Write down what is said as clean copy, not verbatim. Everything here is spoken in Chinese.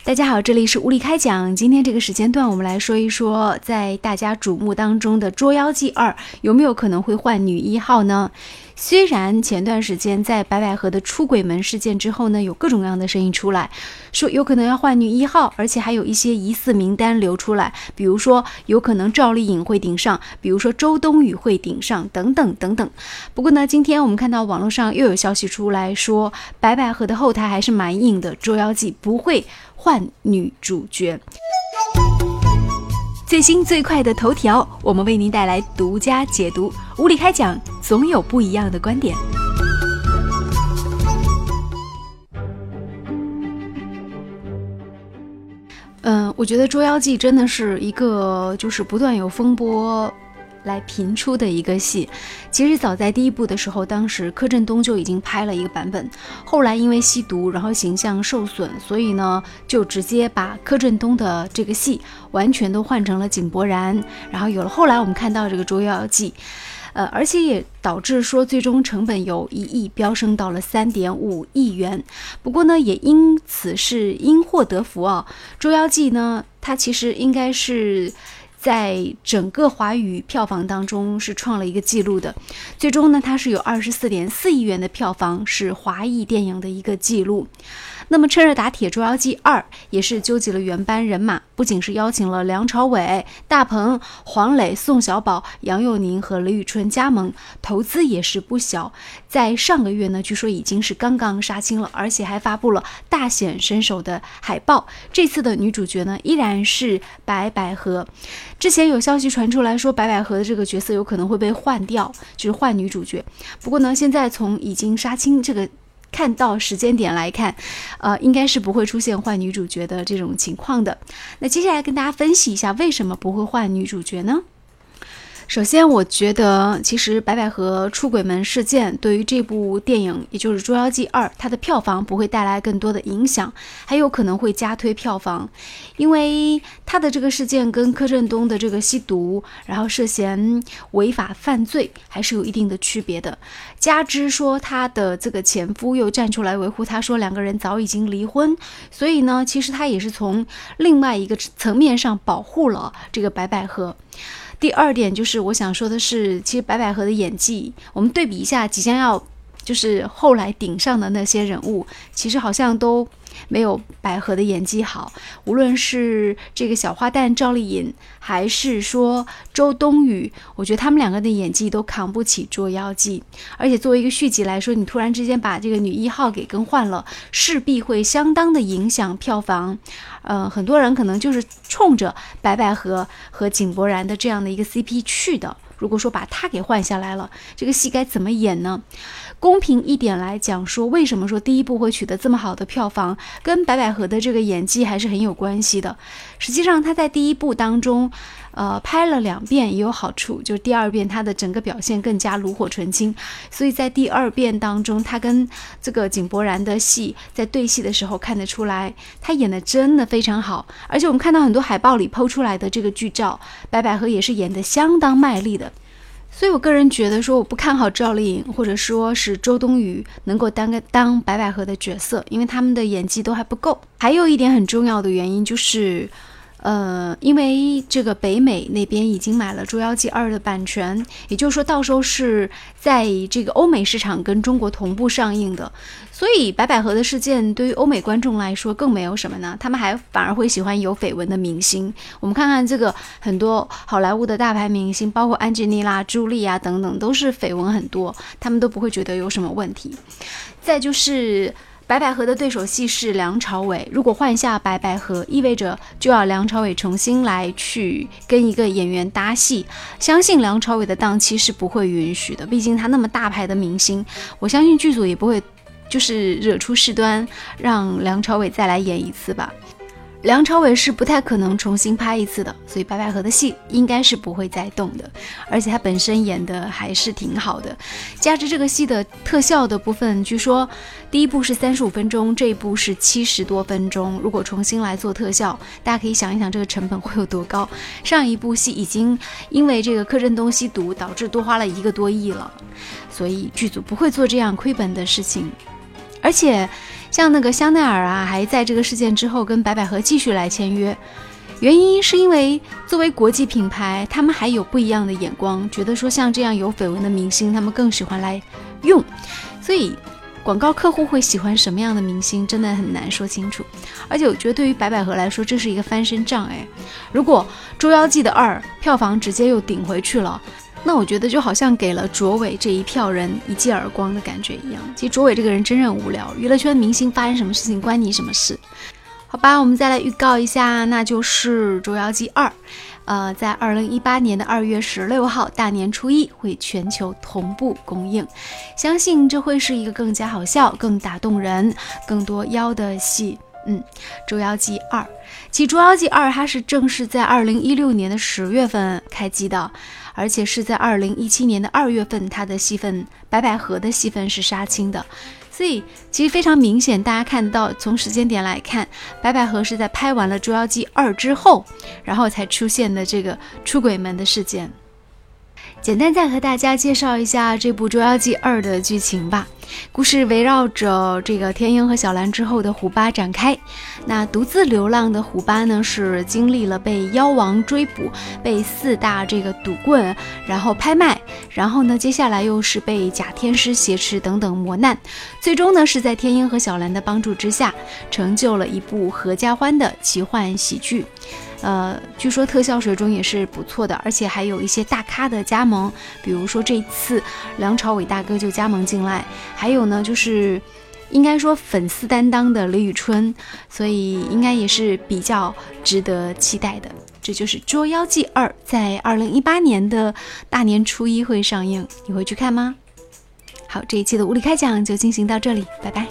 大家好，这里是无理开讲。今天这个时间段，我们来说一说，在大家瞩目当中的《捉妖记2》有没有可能会换女1号呢？虽然前段时间在白百合的出轨门事件之后呢，有各种各样的声音出来，说有可能要换女1号，而且还有一些疑似名单流出来，比如说有可能赵丽颖会顶上，比如说周冬雨会顶上，等等等等。不过呢，今天我们看到网络上又有消息出来说，白百合的后台还是蛮硬的，《捉妖记》不会换女主角。最新最快的头条，我们为您带来独家解读。无理开讲，总有不一样的观点。我觉得《捉妖记》真的是一个就是不断有风波来频出的一个戏。其实早在第1部的时候，当时柯震东就已经拍了一个版本，后来因为吸毒然后形象受损，所以呢就直接把柯震东的这个戏完全都换成了井柏然，然后有了后来我们看到这个《捉妖记》，而且也导致说最终成本由1亿飙升到了3.5亿元。不过呢，也因此是因祸得福啊，《捉妖记》呢它其实应该是在整个华语票房当中是创了一个记录的，最终呢它是有24.4亿元的票房，是华裔电影的一个记录。那么趁热打铁，《捉妖记2》也是纠集了原班人马，不仅是邀请了梁朝伟、大鹏、黄磊、宋小宝、杨佑宁和李宇春加盟，投资也是不小。在上个月呢，据说已经是刚刚杀青了，而且还发布了大显身手的海报。这次的女主角呢，依然是白百合。之前有消息传出来说，白百合的这个角色有可能会被换掉，就是换女主角。不过呢，现在从已经杀青这个看到时间点来看，应该是不会出现换女主角的这种情况的。那接下来跟大家分析一下为什么不会换女主角呢？首先我觉得其实白百合出轨门事件对于这部电影也就是《捉妖记2》它的票房不会带来更多的影响，还有可能会加推票房，因为它的这个事件跟柯震东的这个吸毒然后涉嫌违法犯罪还是有一定的区别的，加之说他的这个前夫又站出来维护他，说两个人早已经离婚，所以呢其实他也是从另外一个层面上保护了这个白百合。第二点就是我想说的是，其实白百合的演技，我们对比一下即将要就是后来顶上的那些人物，其实好像都没有百合的演技好，无论是这个小花旦赵丽颖还是说周冬雨，我觉得他们两个的演技都扛不起《捉妖记》。而且作为一个续集来说，你突然之间把这个女1号给更换了，势必会相当的影响票房。很多人可能就是冲着白百合和井柏然的这样的一个 CP 去的，如果说把他给换下来了，这个戏该怎么演呢？公平一点来讲说，为什么说第1部会取得这么好的票房，跟白百合的这个演技还是很有关系的。实际上他在第1部当中拍了2遍也有好处，就是第2遍他的整个表现更加炉火纯青，所以在第2遍当中，他跟这个井柏然的戏在对戏的时候看得出来，他演的真的非常好。而且我们看到很多海报里抛出来的这个剧照，白百合也是演得相当卖力的。所以我个人觉得说，我不看好赵丽颖或者说是周冬雨能够当白百合的角色，因为他们的演技都还不够。还有一点很重要的原因就是因为这个北美那边已经买了《捉妖记2》的版权，也就是说到时候是在这个欧美市场跟中国同步上映的，所以白百合的事件对于欧美观众来说更没有什么呢，他们还反而会喜欢有绯闻的明星。我们看看这个很多好莱坞的大牌明星，包括安吉丽娜、朱莉啊等等，都是绯闻很多，他们都不会觉得有什么问题。再就是白百合的对手戏是梁朝伟，如果换下白百合，意味着就要梁朝伟重新来去跟一个演员搭戏，相信梁朝伟的档期是不会允许的，毕竟他那么大牌的明星，我相信剧组也不会就是惹出事端让梁朝伟再来演一次吧。梁朝伟是不太可能重新拍一次的，所以白百合的戏应该是不会再动的，而且他本身演的还是挺好的，加之这个戏的特效的部分，据说第1部是35分钟，这一部是70多分钟，如果重新来做特效，大家可以想一想这个成本会有多高。上一部戏已经因为这个柯震东吸毒导致多花了1个多亿了，所以剧组不会做这样亏本的事情。而且像那个香奈儿啊，还在这个事件之后跟白百合继续来签约，原因是因为作为国际品牌，他们还有不一样的眼光，觉得说像这样有绯闻的明星，他们更喜欢来用，所以广告客户会喜欢什么样的明星，真的很难说清楚。而且我觉得对于白百合来说，这是一个翻身仗哎。如果《捉妖记》的2票房直接又顶回去了，那我觉得就好像给了卓伟这一票人一记耳光的感觉一样。其实卓伟这个人真是无聊，娱乐圈明星发生什么事情关你什么事？好吧，我们再来预告一下，那就是《捉妖记2》。在2018年的2月16号大年初一会全球同步公映，相信这会是一个更加好笑、更打动人、更多妖的戏。捉妖记2，其捉妖记2它是正式在2016年的10月份开机的，而且是在2017年的2月份，它的戏份白百合的戏份是杀青的。所以其实非常明显，大家看到从时间点来看，白百合是在拍完了《捉妖记2》之后，然后才出现的这个出轨门的事件。简单再和大家介绍一下这部《捉妖记2》的剧情吧。故事围绕着这个天鹰和小兰之后的虎巴展开。那独自流浪的虎巴呢，是经历了被妖王追捕，被4大这个赌棍然后拍卖，然后呢接下来又是被假天师挟持等等磨难，最终呢是在天鹰和小兰的帮助之下，成就了一部合家欢的奇幻喜剧。据说特效水准也是不错的，而且还有一些大咖的加盟，比如说这一次梁朝伟大哥就加盟进来，还有呢就是应该说粉丝担当的李宇春，所以应该也是比较值得期待的。这就是《捉妖记2》在2018年的大年初一会上映，你会去看吗？好，这一期的无理开讲就进行到这里，拜拜。